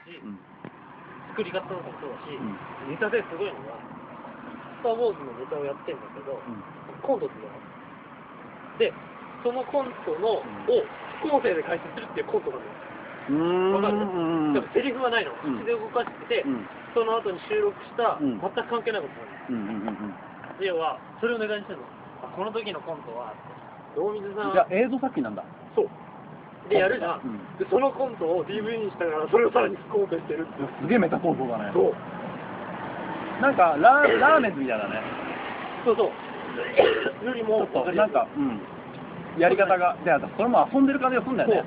し、作り方とかもそうだし、ネタですごいのが、スター・ウォーズのネタをやってんだけど、コントっていうので、そのコントのを副音声で解説するっていうコントなんだよ。わかる？だからセリフはないの。口で動かしてて、その後に収録した全く関係ないことなんだよ。要は、それをネタにしてるの。この時のコントは、大水さん。 じゃあ映像作品なんだ。 そう。で、やるじゃん。で、そのコントを DVD にしたから、それをさらに副音声してるっていう。 すげえメタ構造だね。 そう。 なんかラーメンズみたいだね。 そうそう。よりも、 ちょっとなんか、やり方が、で、それも遊んでる感じがするんだよね。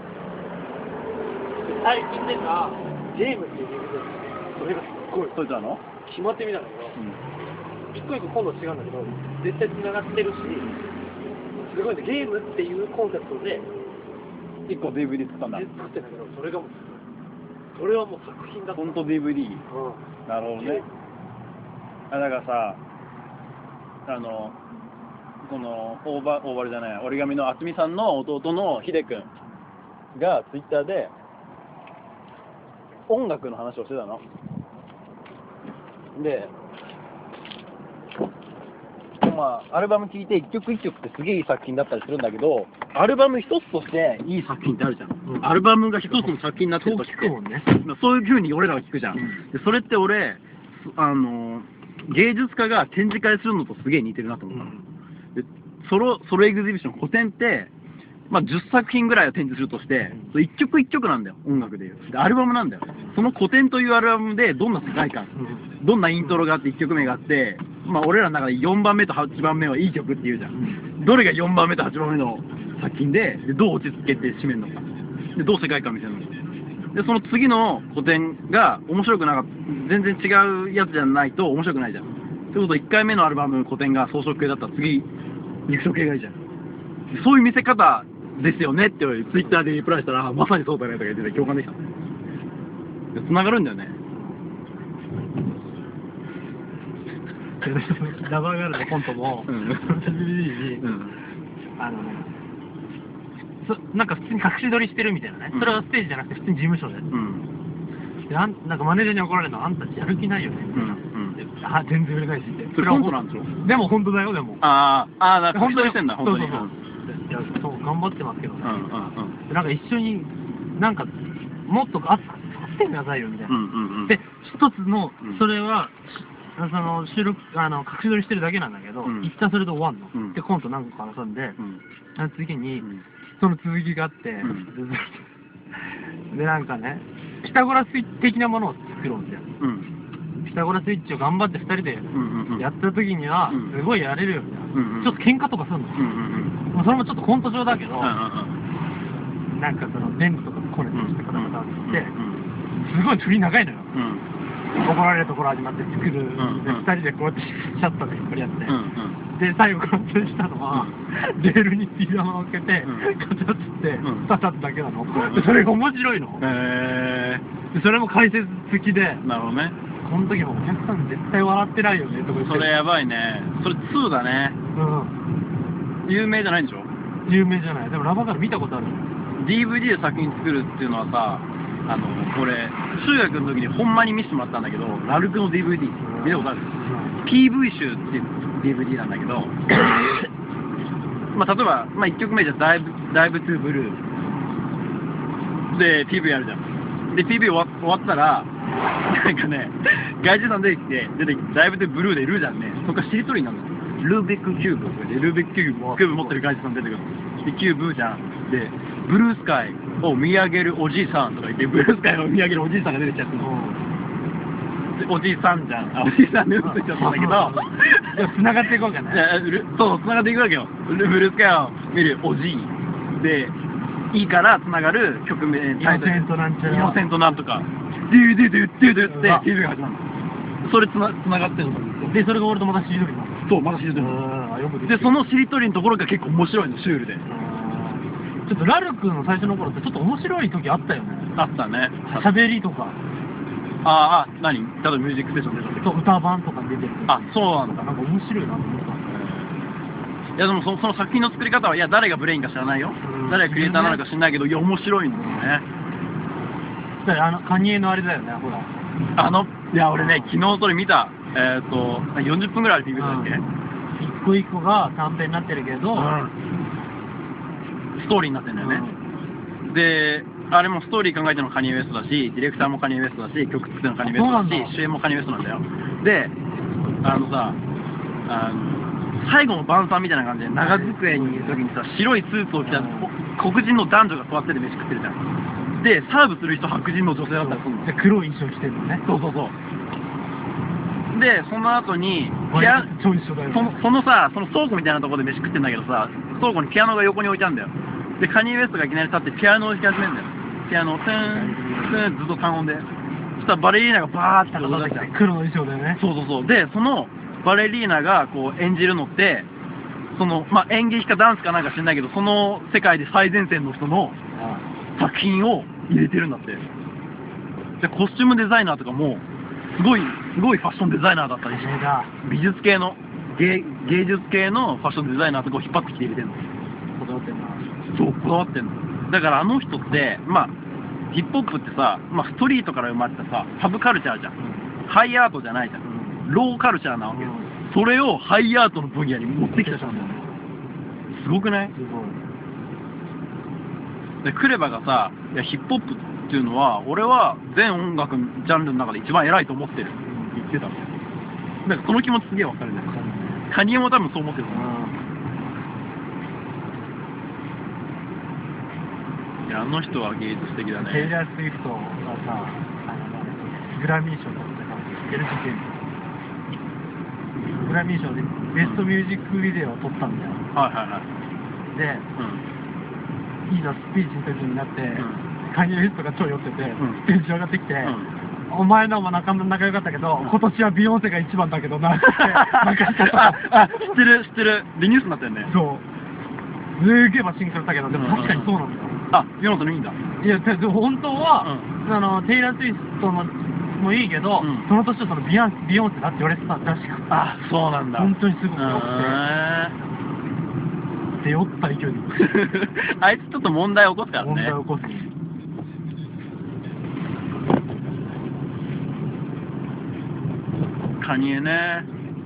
最近出たゲームっていうゲームで、それがすっごい。 そいつなの？ 決まってみたんだけど、一個一個今度違うんだけど、絶対繋がってるし、すごいね、ゲームっていうコンセプトで、 1個 DVD 作ったんだ。 作ってんだけど、それがもうすごい。それはもう作品だった。 ほんと DVD。なるほどね。だからさ、このオーバルじゃない、折り紙のあつみさんの弟のひでくんがツイッターで音楽の話をしてたの。で、まあアルバム聴いて一曲一曲ってすげえいい作品だったりするんだけど、アルバム一つとしていい作品ってあるじゃん。アルバムが一つの作品になってるときって、そういう風に俺らは聞くじゃん。でそれって俺芸術家が展示会するのとすげえ似てるなと思ったの。でソロエグゼビション、古典って、まあ、10作品ぐらいを展示するとして、1曲1曲なんだよ、音楽でいう。でアルバムなんだよ。その古典というアルバムでどんな世界観、どんなイントロがあって1曲目があって、まあ、俺らの中で4番目と8番目はいい曲っていうじゃん。どれが4番目と8番目の作品で、どう落ち着けて締めるのか。でどう世界観見せるのか。で、その次の古典が面白くなかった、全然違うやつじゃないと面白くないじゃん。ということ1回目のアルバム古典が装飾系だったら次、肉食系がいいじゃん。そういう見せ方ですよねってツイッターでリプライしたら、まさにそうだねとか言ってて共感できた。繋がるんだよね。 ラバーガールのコントも、DVD に、なんか普通に隠し撮りしてるみたいなね。それはステージじゃなくて普通に事務所で。でなんかマネージャーに怒られるの、あんたやる気ないよね。あ、全然売れないしって。 それコントなんでしょ？ でも本当だよ、でも。 なんか本当にしてんだ、本当に。 いや、そう、頑張ってますけどね。なんか一緒に、なんか、もっとあってくださいよ、みたいな。で、一つの、それは、その収録、隠し撮りしてるだけなんだけど、一旦それで終わんの。で、コント何個か挟んで、次に、その続きがあって、で、なんかね、ピタゴラスイッチ的なものを作ろうみたいな。ピタゴラスイッチを頑張って2人でやった時には、すごいやれるよみたいな。ちょっと喧嘩とかするの。それもちょっとコント上だけど、なんかそのレンズとかコネとしてカタカタってすごい振り長いのよ。怒られるところ始まって作る。2人でこうやってシャッターで引っ張り合って。で、最後完成したのは、レールにビー玉を乗っけて、カチャッつって、刺さっただけなの。で、それが面白いの。で、それも解説付きで。 なるほどね。 この時もお客さん絶対笑ってないよねとか言って。 それやばいね。それ2だね。有名じゃないんでしょ？ 有名じゃない。でもラバーガール見たことある。 DVD で作品作るっていうのはさ、俺中学の時にほんまに見せてもらったんだけど、ラルクの DVD 見たことある？ PV 集っていう DVD なんだけどまあ例えば、1曲目じゃダイブトゥーブルーで PV やるじゃん。で PV 終わったらなんかね、外人さん出てきて、ダイブトゥーブルーでいるじゃんね。そこからしりとりになるの。ルービックキューブで、ルービックキューブ持ってる外人さん出てくるの。でキューブじゃん。でブルースカイを見上げるおじいさんとか言って、ブルースカイを見上げるおじいさんが出てきちゃったの。おじいさんじゃん。おじいさんで嘘ついちゃったんだけど繋がっていこうかな。 そう、繋がっていくわけよ。ブルースカイを見るおじいで、いいから繋がる曲名、 イノセントなんちゃら。 イノセントなんとか。デューデューデューデューって PV が始まるの。それ繋がってるの。 で、それが俺とまたしりとりなの。 そう、またしりとりなの。で、そのしりとりのところが結構面白いの、シュールで。 ちょっとラルクの最初の頃ってちょっと面白い時あったよね。 あったね。 喋りとか。 何？例えばミュージックステーション出た時。 そう、歌版とか出てる。 そうなんだ。 なんか面白いなと思った。 いやでもその作品の作り方は、いや誰がブレインか知らないよ。誰がクリエイターなのか知らないけど、いや面白いんだよね。 カニエのあれだよね、ほら。 いや、俺ね、昨日それ見た。40分ぐらいある PV だっけ？ 一個一個が短編になってるけど、 ストーリーになってるんだよね。で、あれもストーリー考えてるのもカニエ・ウェストだし、ディレクターもカニエ・ウェストだし、曲作ってるのもカニエ・ウェストだし、主演もカニエ・ウェストなんだよ。で、最後の晩餐みたいな感じで長机にいる時にさ、白いスーツを着た黒人の男女が座ってる飯食ってるじゃん。で、サーブする人白人の女性だったりするの。 で、黒い衣装着てるのね。 そうそうそう。で、その後にそのさ、その倉庫みたいなところで飯食ってんだけどさ、倉庫にピアノが横に置いてあるんだよ。で、カニエ・ウェストがいきなり立ってピアノを弾き始めるんだよ。ピアノをツーンずっと単音で。そしたらバレリーナがバーって踊ってきた。 黒の衣装だよね。 そうそうそう。で、そのバレリーナがこう演じるのって、演劇かダンスかなんか知んないけど、その世界で最前線の人の作品を入れてるんだって。で、コスチュームデザイナーとかもすごいファッションデザイナーだったりして、美術系の芸術系のファッションデザイナーとかを引っ張ってきて入れてるの。 こだわってんな。 そう、こだわってんの。だからあの人って、ヒップホップってさ、ストリートから生まれたさ、サブカルチャーじゃん。ハイアートじゃないじゃん。ローカルチャーなわけよ。それをハイアートの分野に持ってきた人なんだよね。すごくない？すごい。で、クレバがさ、いや、ヒップホップっていうのは、俺は全音楽ジャンルの中で一番偉いと思ってるって言ってたの。だからその気持ちすげえわかるね。カニエも多分そう思ってると思う。いや、あの人は芸術的だね。 テイラー・スウィフトがさ、グラミー賞取ってさ、LGBT グラミー賞でベストミュージックビデオを撮ったんだよ。 はいはいはい。 で、いざスピーチの時になって、カニエ・ウェストが超酔ってて、ステージ上がってきて、お前のも仲良かったけど、今年はビヨンセが一番だけどなってなんか知ってる。リニュースになったよね。 そう。すげえバッシングされたけど、でも確かにそうなんだよ。 ビヨンセのいいんだ。 いや、でも本当は、テイラー・スウィフトのもいいけど、その年はビヨンセだって言われてたらしくて。 そうなんだ。 本当にすごく良くて。で、酔った勢いで。 あいつちょっと問題起こすからね。 問題起こす。 カニエね。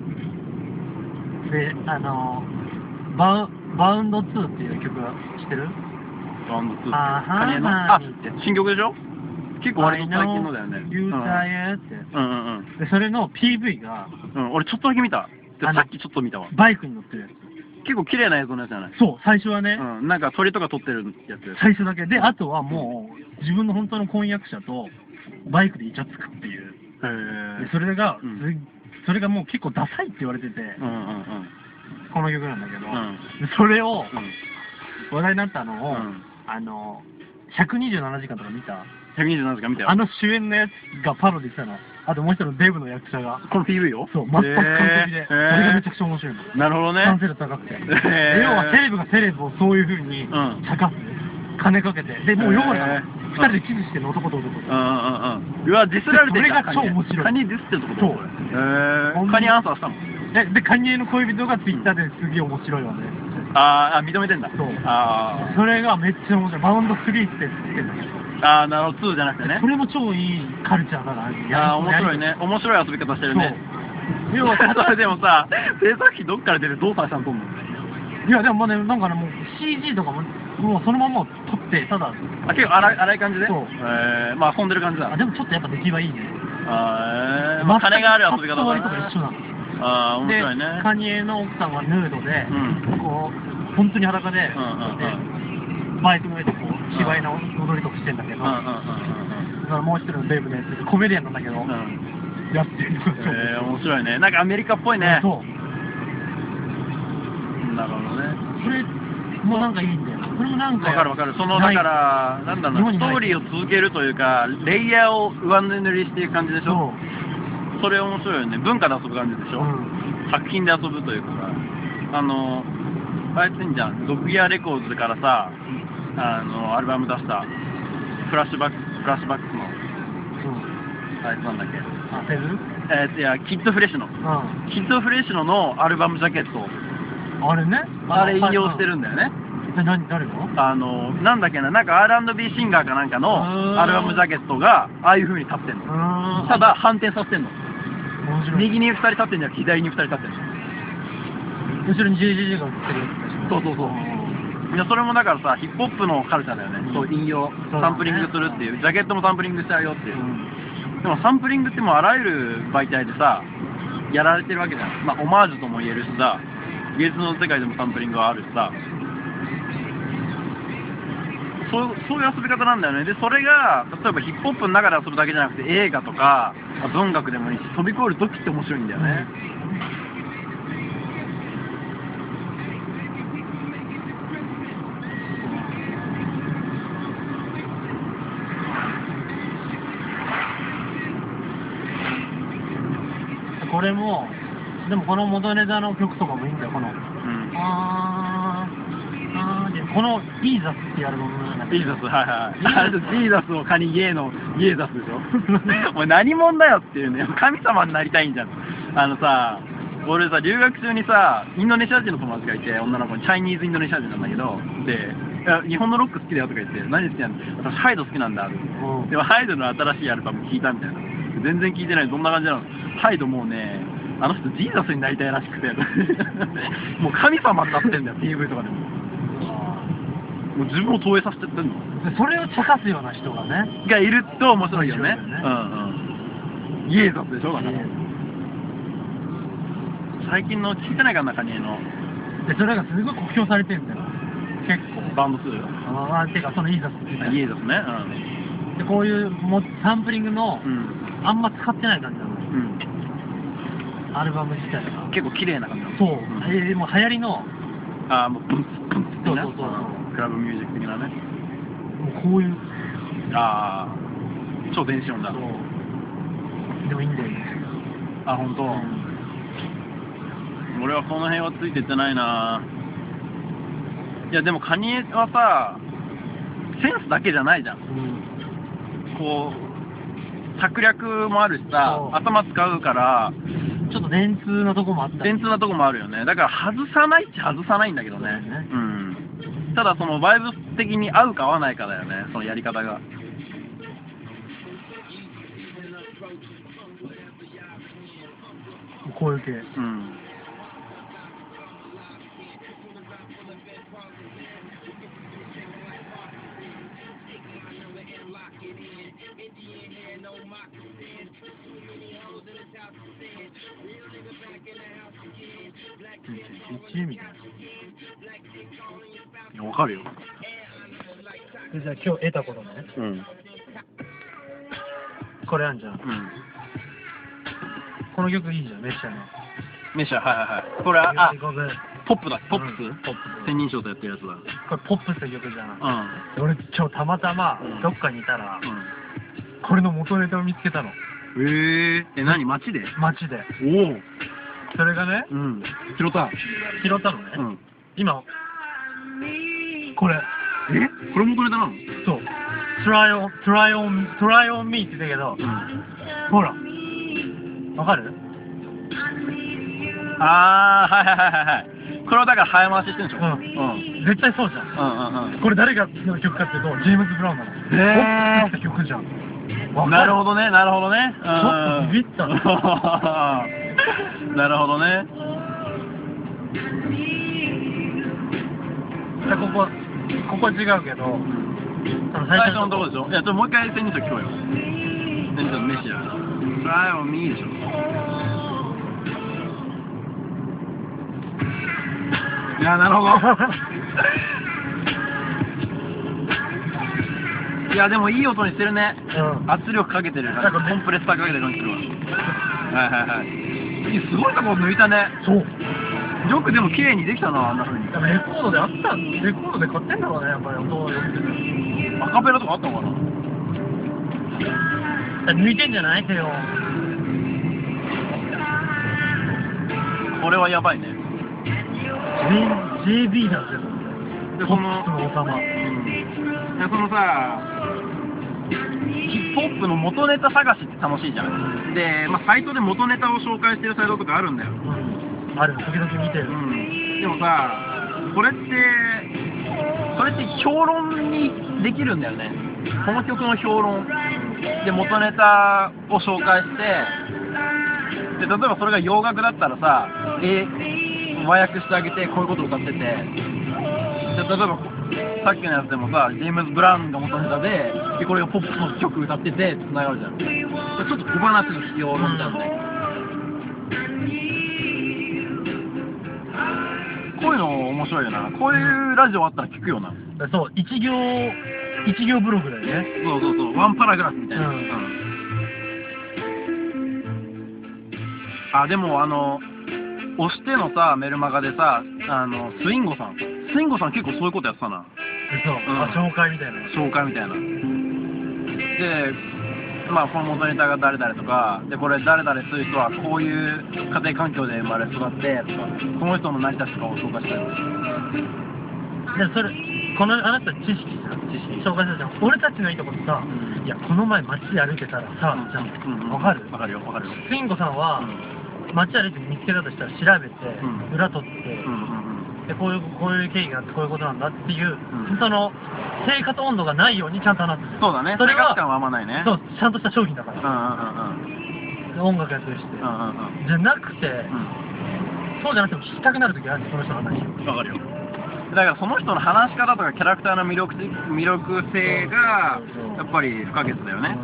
で、バウンド2っていう曲知ってる？ バウンド2って。カニエの新曲でしょ？結構割と最近のだよね。 言うたえって。で、それの PV が。 俺ちょっとだけ見た。さっきちょっと見たわ。 バイクに乗ってるやつ。 結構綺麗な映像のやつじゃない？ そう、最初はね。 なんか鳥とか撮ってるやつ。 最初だけ。で、あとはもう、自分の本当の婚約者と、バイクでイチャつくっていう。で、それがもう結構ダサいって言われてて、この曲なんだけど、それを、話題になったのを、127時間とか見た ？127時間見たよ。 主演のやつがパロディしたの。あともう一人のデブの役者が。 この PV を？ そう、全く完璧で。それがめちゃくちゃ面白いの。 なるほどね。 完成度高くて。要はセレブがセレブをそういう風に茶化す。金かけて。で、もう要は二人でキスしてる男と男と。 うわ、ディスられてる。 それが超面白い。 カニディスってるところ？カニアンサーしたの？ で、カニエの恋人がツイッターですげえ面白いわね。 認めてんだ。 そう。それがめっちゃ面白い。バウンド3って言ってんだけど。 なるほど、2じゃなくてね。 それも超いいカルチャーだな。 面白いね。面白い遊び方してるね。 要はそれでもさ、制作費どっから出るどうさせたんと思う？ いや、でもね、なんかね、もう CG とかも、もうそのまま撮って、ただ。 結構荒い感じで？ そう。 遊んでる感じだ。 でもちょっとやっぱ出来はいいね。 金がある遊び方だ。 割とか一緒なの。 面白いね。 カニエの奥さんはヌードで、こう、本当に裸で、バイクの上でこう、芝居の踊りとかしてんだけど、だからもう一人のデブのやつ、コメディアンなんだけど、やってるの。 面白いね。なんかアメリカっぽいね。 そう。 なるほどね。 それもなんかいいんだよ。それもなんか。 わかる。だから、なんだろうな、ストーリーを続けるというか、レイヤーを上塗りしていく感じでしょ。それ面白いよね。文化で遊ぶ感じでしょ。作品で遊ぶというかさ、あいついいんじゃん。ドッグギアレコーズからさ、アルバム出した、フラッシュバックスの、あいつなんだっけ。いや、キッドフレッシュの。キッドフレッシュのアルバムジャケット。 あれね。 あれ引用してるんだよね。 誰のなんだっけな、なんか R&B シンガーかなんかのアルバムジャケットがああいう風に立ってんの。ただ反転させてんの。右に2人立ってんじゃなくて左に2人立ってんの。 後ろに JJJ が映ってるやつ。 そうそうそう。いや、それもだからさ、ヒップホップのカルチャーだよね。そう、引用、サンプリングするっていう、ジャケットもサンプリングしちゃうよっていう。でもサンプリングってもうあらゆる媒体でさ、やられてるわけじゃん。まあ、オマージュとも言えるしさ、芸術の世界でもサンプリングはあるしさ、そういう遊び方なんだよね。で、それが、例えばヒップホップの中で遊ぶだけじゃなくて、映画とか、文学でもいいし、飛び越える時って面白いんだよね。 これも、でもこの元ネタの曲とかもいいんだよ、この。このイーザスっていうアルバムなんだけど。 イーザス、はいはい。ジーザスをカニゲーのイエザスでしょ。お前何者だよっていうね、神様になりたいんじゃん。さ、俺さ、留学中にさ、インドネシア人の友達がいて、女の子にチャイニーズインドネシア人なんだけど、で、いや日本のロック好きだよとか言って、何好きなんだ私ハイド好きなんだって。でもハイドの新しいアルバム聞いたみたいな。全然聞いてない。どんな感じなの？ハイドもうね、あの人ジーザスになりたいらしくてもう神様になってんだよ、PV とかでも。もう自分を投影させてってんの。 それを茶化すような人がね。 がいると面白いよね。イエーザスでしょ、だから。最近の聞いてないかな、カニエの。 で、それがすごい酷評されてるんだよ。結構。 バンド数？ てか、そのイーザスって言ったイエーザスね。 で、こういうサンプリングの、あんま使ってない感じなの。アルバム自体が。 結構綺麗な感じなの。 そう。もう流行りの。 もうブンツブンツってね。クラブミュージック的なね。 もうこういう。 超電子音だ。 でもいいんだよね。 本当。俺はこの辺はついてってないな。いやでもカニエはさ、センスだけじゃないじゃん。こう策略もあるしさ、頭使うからちょっと電通なとこもあった。 電通なとこもあるよね。だから外さないっちゃ外さないんだけどね。ただそのバイブス的に合うか合わないかだよね、そのやり方が。 こういう系。みたいな。わかるよ。 じゃあ今日得たことね。これあんじゃん。この曲いいじゃん、メシャの。 メシャ、はい。これポップだ、ポップス千人称とやってるやつだ。 これポップスって曲じゃん。俺今日たまたまどっかにいたら、これの元ネタを見つけたの。 何街で？ 街で。それがね、拾ったのね。今、これ。 これ元ネタなの？ そう。try on me って言ったけど、ほら。わかる？ これはだから早回ししてるんでしょ？ 絶対そうじゃん。これ誰がの曲かっていうと、ジェームズ・ブラウンなの。ポップスって曲じゃん。 なるほどね。 ちょっとビビったの。 なるほどね。 ここ違うけど、 最初のとこでしょ？いや、もう一回千人称聞こうよ。メシア。Try on me でしょ。いや、なるほど。いや、でもいい音にしてるね。圧力かけてる。コンプレッサーかけてる感じするわ。すごいとこ抜いたね。 そう。 よくでも綺麗にできたな、あんな風に。 レコードで買ってんだろうね、やっぱり音をよくて。 アカペラとかあったのかな？ 抜いてんじゃない手を。 これはやばいね。 JB だぜ。 で、そのさ、ヒップホップの元ネタ探しって楽しいじゃん。で、サイトで元ネタを紹介してるサイトとかあるんだよ。 ある、時々見てる。 でもさ、これって、 それって評論にできるんだよね。この曲の評論で元ネタを紹介して、で例えばそれが洋楽だったらさ、和訳してあげてこういうことを歌ってて、で例えばさっきのやつでもさ、ジェームズ・ブラウンが元ネタで、これがポップの曲歌っててつながるじゃん。ちょっと小話の評論なんで、こういうの面白いよな。こういうラジオあったら聞くよな。 そう、一行ブログだよね。 そうそうそう、ワンパラグラフみたいな。あ、でも押してのさ、メルマガでさ、スインゴさん結構そういうことやってたな。 そう、紹介みたいな。 紹介みたいな。で、まあこの元ネタが誰々とか、でこれ誰々する人はこういう家庭環境で生まれ育ってとか、この人の成り立ちとかを紹介したり。 でそれあなた知識紹介するじゃん。俺たちのいいところさ、いやこの前街歩いてたらさ、じゃん、わかる？ わかるよ、わかるよ。 スインゴさんは街歩いて見つけたとしたら調べて、裏取って。でこういう経緯があってこういうことなんだっていう、その生活温度がないようにちゃんと話す。 そうだね。 それは生活感はあんまないね。 そう、ちゃんとした商品だから。音楽やってるして。じゃなくて、そうじゃなくても聞きたくなる時ある、その人の話。 わかるよ。だからその人の話し方とかキャラクターの魅力性がやっぱり不可欠だよね。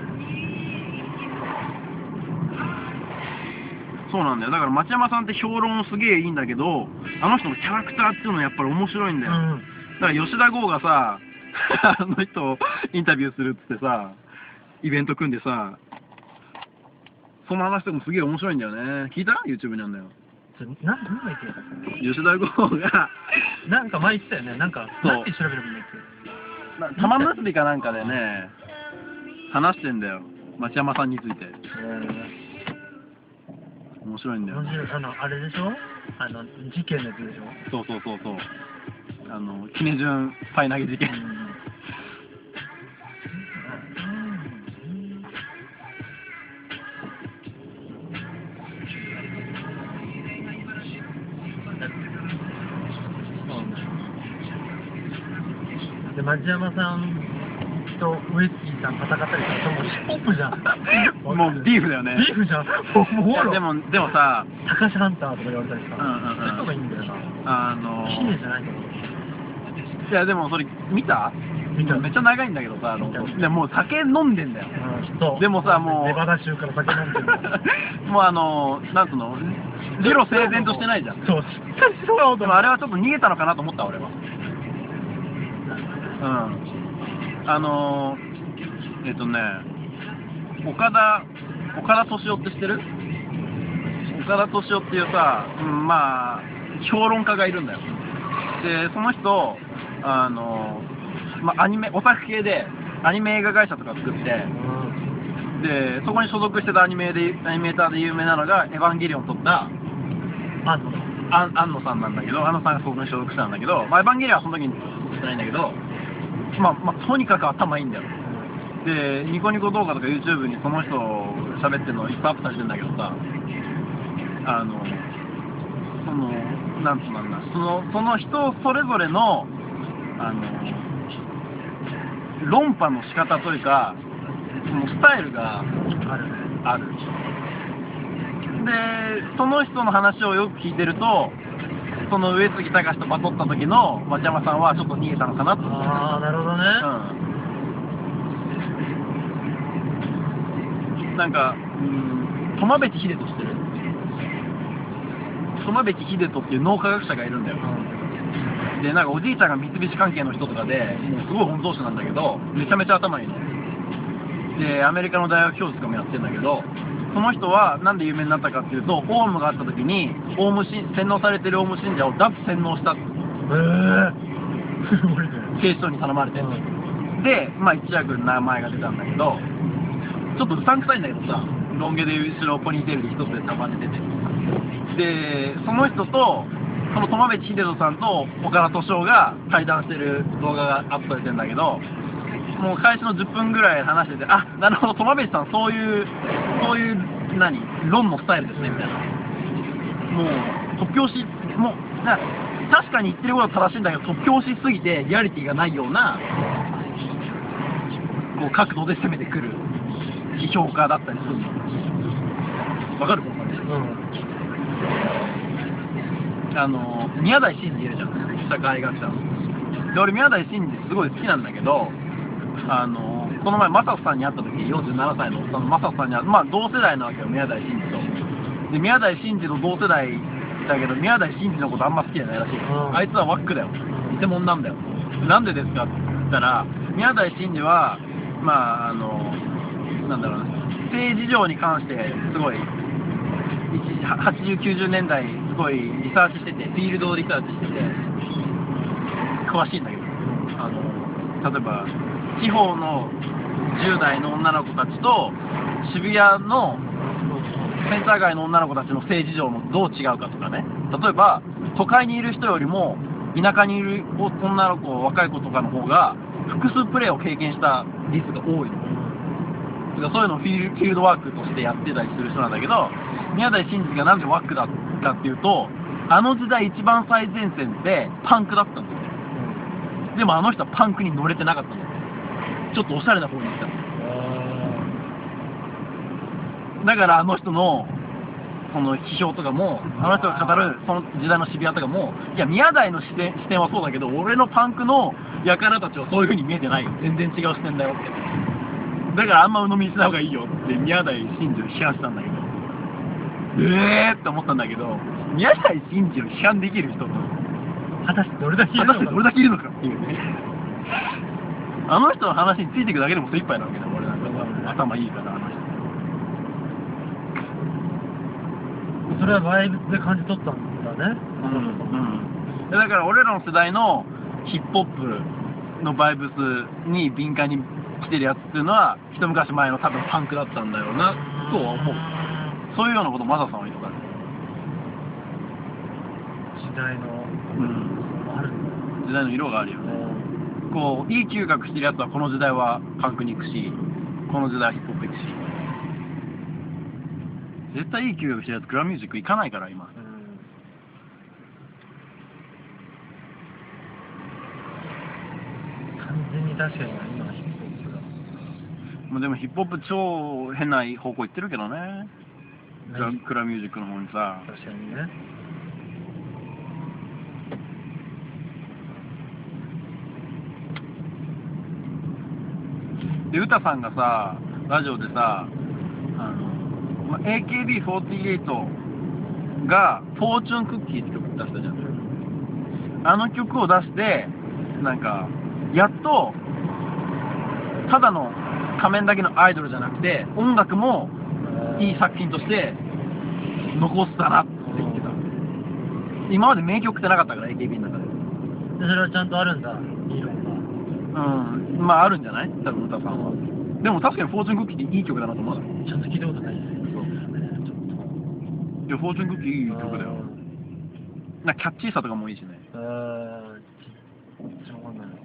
そうなんだよ。だから町山さんって評論すげえいいんだけど、あの人のキャラクターっていうのはやっぱり面白いんだよ。だから吉田剛がさ、あの人をインタビューするっつってさ、イベント組んでさ、その話とかもすげえ面白いんだよね。聞いた？ YouTube にあんだよ。 何が言ってる吉田剛がなんか前言ってたよね。なんか何て調べればいいんだっけ？ 玉結びかなんかでね、話してんだよ。町山さんについて。面白いんだよ。 あれでしょ？事件のやつでしょ？ そう。キネジュンパイ投げ事件。 で、町山さんとウエスキーさん戦ったりしたらもうヒップホップじゃん。 もうビーフだよね。 ビーフじゃん。 でもさ、 高橋ハンターとか言われたりさ、そういうのがいいんだよな。綺麗じゃないと思う。 いやでもそれ見た？めっちゃ長いんだけどさ、でもう酒飲んでんだよ。でもさ、もうネバダ州から酒飲んでる。 もうなんつうの、理路整然としてないじゃん。 そう、しっかりしろよ。 でもあれはちょっと逃げたのかなと思った俺は。岡田敏夫って知ってる？岡田敏夫っていうさ、まあ評論家がいるんだよ。でその人アニメオタク系でアニメ映画会社とか作って、でそこに所属してたアニメーターで有名なのが「エヴァンゲリオン」撮った庵野さんなんだけど、庵野さんがそこに所属したんだけど、エヴァンゲリオンはその時に撮ってないんだけど、とにかく頭いいんだよ。でニコニコ動画とか YouTube にその人喋ってるのいっぱいアップされてるんだけどさ、なんつうんだ、その人それぞれの論破の仕方というか、そのスタイルがある。でその人の話をよく聞いてると、その上杉隆とバトった時の町山さんはちょっと逃げたのかなと。 ああ、なるほどね。 なんか苫米地秀人知ってる？苫米地秀人っていう脳科学者がいるんだよ。でなんかおじいちゃんが三菱関係の人とかで、もうすごい本当なんだけど、めちゃめちゃ頭いいので、アメリカの大学教授とかもやってるんだけど、その人はなんで有名になったかっていうと、オウムがあった時に洗脳されてるオウム信者を脱洗脳したって。 すごいね。 警視庁に頼まれて、で一躍名前が出たんだけど、ちょっとうさんくさいんだけどさ、ロン毛で後ろポニーテールで一つで束ねてて、でその人とその苫米地秀人さんと岡田敏夫が対談してる動画がアップされてるんだけど、もう開始の10分ぐらい話してて、あ、なるほど、苫米地さんそういう論のスタイルですねみたいな。もう突拍子もう多確かに言ってることは正しいんだけど、突拍子すぎてリアリティがないようなこう角度で攻めてくる批評家だったりするの。わかるこの感じ。宮台真司いるじゃん、社会学者の。で俺宮台真司すごい好きなんだけど、この前マサトさんに会った時、47歳のおっさんのマサトさんに会う、まあ同世代なわけよ、宮台真司と。で宮台真司と同世代だけど、宮台真司のことあんま好きじゃないらしい。あいつはワックだよ、偽物なんだよ。なんでですかって言ったら、宮台真司はまあなんだろうな、政治上に関してすごい80、90年代すごいリサーチしてて、フィールドリサーチしてて詳しいんだけど、例えば地方の10代の女の子たちと渋谷のセンター街の女の子たちの政治上もどう違うかとかね。例えば都会にいる人よりも田舎にいる女の子、若い子とかの方が複数プレーを経験した率が多いの。だからそういうのをフィールドワークとしてやってたりする人なんだけど、宮台真司がなんでワックだかっていうと、あの時代一番最前線ってパンクだったんだよね。でもあの人はパンクに乗れてなかったんだよ。ちょっとおしゃれな方に行ったの。だからあの人のその批評とかも、あの人が語るその時代の渋谷とかも、いや宮台の視点はそうだけど、俺のパンクの輩たちはそういう風に見えてないよ、全然違う視点だよって。だからあんま鵜呑みにしない方がいいよって宮台真司を批判したんだけど、って思ったんだけど、宮台真司を批判できる人と果たしてどれだけいるのかっていうね。あの人の話についていくだけでも精一杯なわけだ、俺なんかさ、頭いいから、あの人。 それはバイブスで感じ取ったんだね。 だから俺らの世代のヒップホップのバイブスに敏感に来てるやつっていうのは、一昔前の多分パンクだったんだよなとは思う。そういうようなことマサさんは言ってたね。 時代の、ある時代の色があるよね。こういい嗅覚してるやつはこの時代はパンクに行くし、この時代はヒップホップ行くし。絶対いい嗅覚してるやつグラミュージック行かないから今。 完全に確かに今ヒップホップだ。 もうでもヒップホップ超変な方向行ってるけどね。クラミュージックの方にさ。 確かにね。 で歌さんがさラジオでさAKB48 が「フォーチュンクッキー」って曲出したじゃん。あの曲を出してなんかやっとただの仮面だけのアイドルじゃなくて音楽もいい作品として残したなって言ってた。今まで名曲ってなかったから AKB の中で。 それはちゃんとあるんだ、理論が。 まああるんじゃない多分歌さんは。でも確かにフォーチュンクッキーっていい曲だなと思わない。 ちゃんと聞いたことないですね。 いやフォーチュンクッキーいい曲だよ。なんかキャッチーさとかもいいしね。 しょうがない。